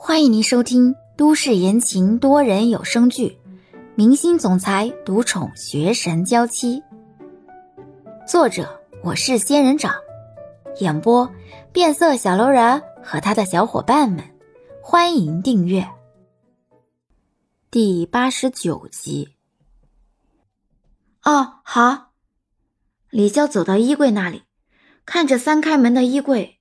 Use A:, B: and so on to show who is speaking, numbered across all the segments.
A: 欢迎您收听都市言情多人有声剧《明星总裁独宠学神娇妻》，作者我是仙人掌，演播变色小楼人和他的小伙伴们。欢迎订阅第89集。哦，好。李潇走到衣柜那里，看着3开门的衣柜。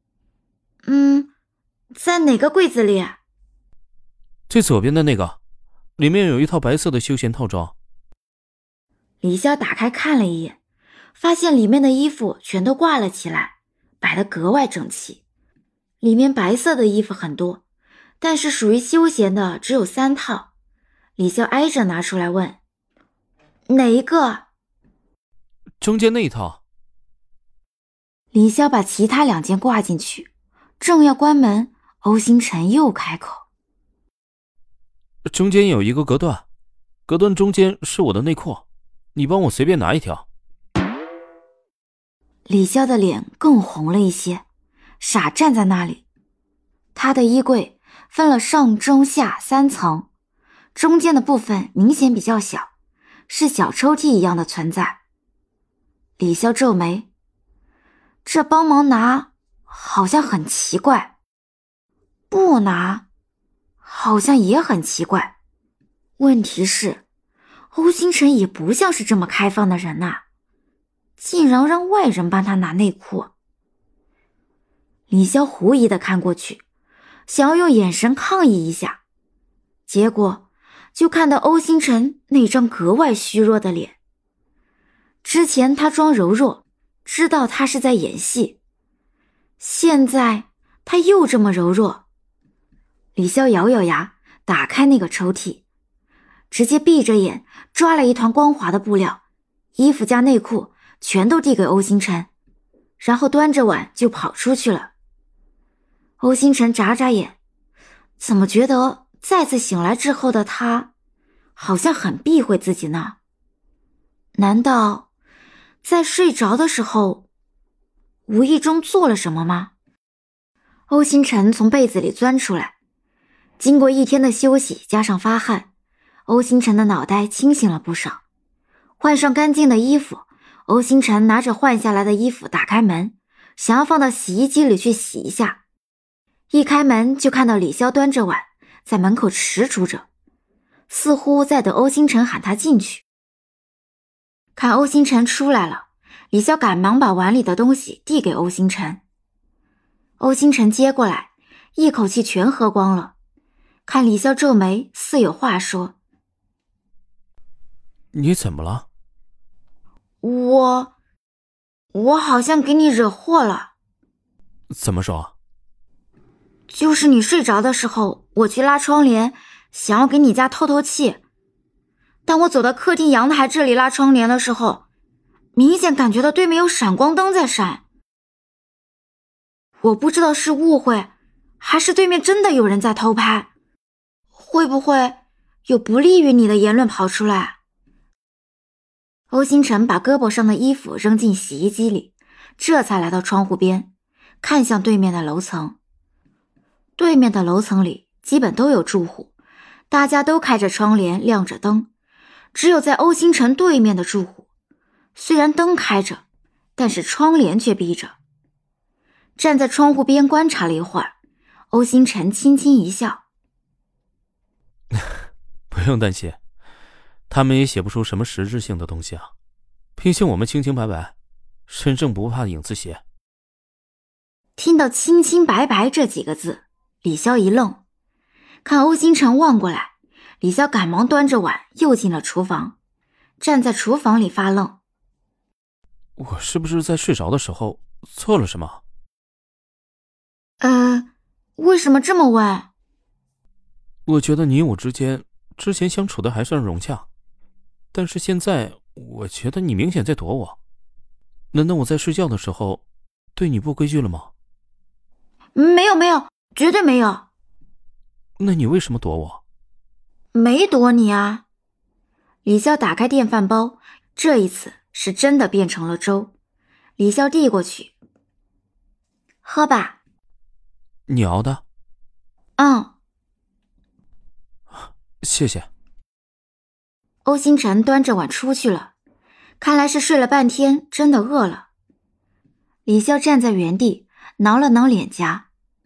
A: 在哪个柜子里？
B: 最左边的那个，里面有一套白色的休闲套装。
A: 李潇打开看了一眼，发现里面的衣服全都挂了起来，摆得格外整齐。里面白色的衣服很多，但是属于休闲的只有3套。李潇挨着拿出来问：哪一个？
B: 中间那一套。
A: 李潇把其他2件挂进去，正要关门，欧星辰又开口：
B: 中间有一个隔断，隔断中间是我的内裤，你帮我随便拿一条。
A: 李潇的脸更红了一些，傻站在那里。他的衣柜分了上中下3层，中间的部分明显比较小，是小抽屉一样的存在。李潇皱眉，这帮忙拿好像很奇怪，不拿好像也很奇怪。问题是欧星辰也不像是这么开放的人啊，竟然让外人帮他拿内裤。李潇狐疑地看过去，想要用眼神抗议一下，结果就看到欧星辰那张格外虚弱的脸。之前他装柔弱，知道他是在演戏，现在他又这么柔弱。李潇咬咬牙，打开那个抽屉，直接闭着眼抓了一团光滑的布料，衣服加内裤全都递给欧星辰，然后端着碗就跑出去了。欧星辰眨眨眼，怎么觉得再次醒来之后的他好像很避讳自己呢？难道在睡着的时候无意中做了什么吗？欧星辰从被子里钻出来，经过1天的休息加上发汗，欧星辰的脑袋清醒了不少。换上干净的衣服，欧星辰拿着换下来的衣服打开门，想要放到洗衣机里去洗一下。一开门就看到李潇端着碗在门口踟蹰着，似乎在等欧星辰喊他进去。看欧星辰出来了，李潇赶忙把碗里的东西递给欧星辰。欧星辰接过来，一口气全喝光了。看李潇皱眉，似有话说：
B: 你怎么了？
A: 我好像给你惹祸了。
B: 怎么说？
A: 就是你睡着的时候，我去拉窗帘，想要给你家透透气。当我走到客厅阳台这里拉窗帘的时候，明显感觉到对面有闪光灯在闪。我不知道是误会，还是对面真的有人在偷拍。会不会有不利于你的言论跑出来？欧星辰把胳膊上的衣服扔进洗衣机里，这才来到窗户边，看向对面的楼层。对面的楼层里基本都有住户，大家都开着窗帘亮着灯，只有在欧星辰对面的住户，虽然灯开着，但是窗帘却闭着。站在窗户边观察了一会儿，欧星辰轻轻一笑：
B: 不用担心，他们也写不出什么实质性的东西啊，毕竟我们清清白白，身正不怕影子斜。
A: 听到清清白白这几个字，李潇一愣，看欧星辰望过来，李潇赶忙端着碗又进了厨房，站在厨房里发愣。
B: 我是不是在睡着的时候做了什么？
A: 为什么这么问？
B: 我觉得你我之前相处的还算融洽，但是现在我觉得你明显在躲我。难道我在睡觉的时候对你不规矩了吗？
A: 没有，绝对没有。
B: 那你为什么躲我？
A: 没躲你啊。李潇打开电饭煲，这一次是真的变成了粥。李潇递过去：喝吧。
B: 你熬的？
A: 嗯。
B: 谢谢。
A: 欧星辰端着碗出去了，看来是睡了半天，真的饿了。李潇站在原地，挠了挠脸颊。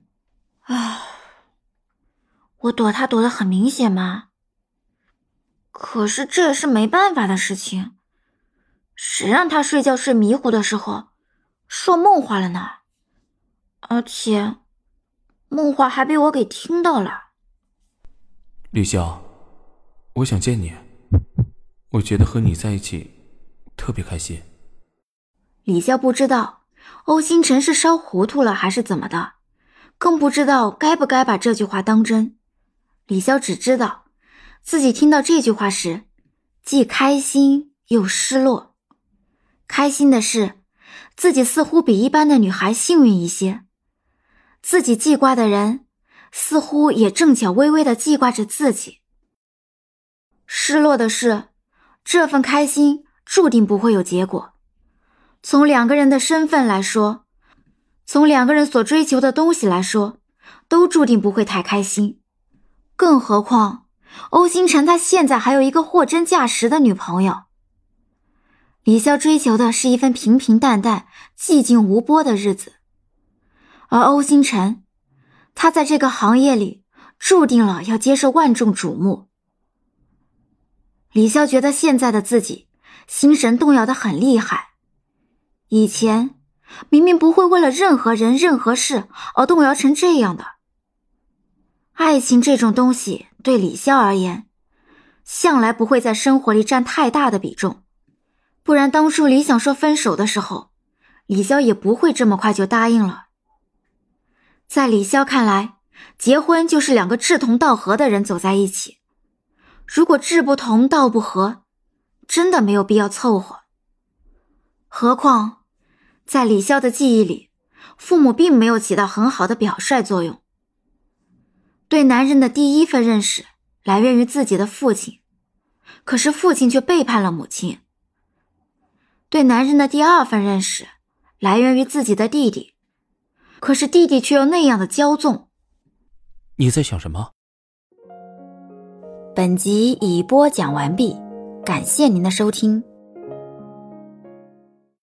A: 我躲他躲得很明显吗？可是这也是没办法的事情，谁让他睡觉睡迷糊的时候说梦话了呢？而且梦话还被我给听到了。
B: 李潇，我想见你，我觉得和你在一起特别开心。
A: 李潇不知道欧星辰是烧糊涂了还是怎么的，更不知道该不该把这句话当真。李潇只知道自己听到这句话时既开心又失落。开心的是自己似乎比一般的女孩幸运一些，自己记挂的人似乎也正巧微微地记挂着自己。失落的是这份开心注定不会有结果。从两个人的身份来说，从两个人所追求的东西来说，都注定不会太开心。更何况欧星辰他现在还有一个货真价实的女朋友。李潇追求的是一份平平淡淡、寂静无波的日子，而欧星辰，他在这个行业里注定了要接受万众瞩目。李潇觉得现在的自己心神动摇得很厉害，以前明明不会为了任何人任何事而动摇成这样的。爱情这种东西对李潇而言，向来不会在生活里占太大的比重，不然当初李想说分手的时候，李潇也不会这么快就答应了。在李潇看来，结婚就是两个志同道合的人走在一起，如果志不同道不合，真的没有必要凑合。何况在李潇的记忆里，父母并没有起到很好的表率作用。对男人的第一份认识来源于自己的父亲，可是父亲却背叛了母亲。对男人的第二份认识来源于自己的弟弟，可是弟弟却又那样的骄纵。
B: 你在想什么？
A: 本集已播讲完毕，感谢您的收听。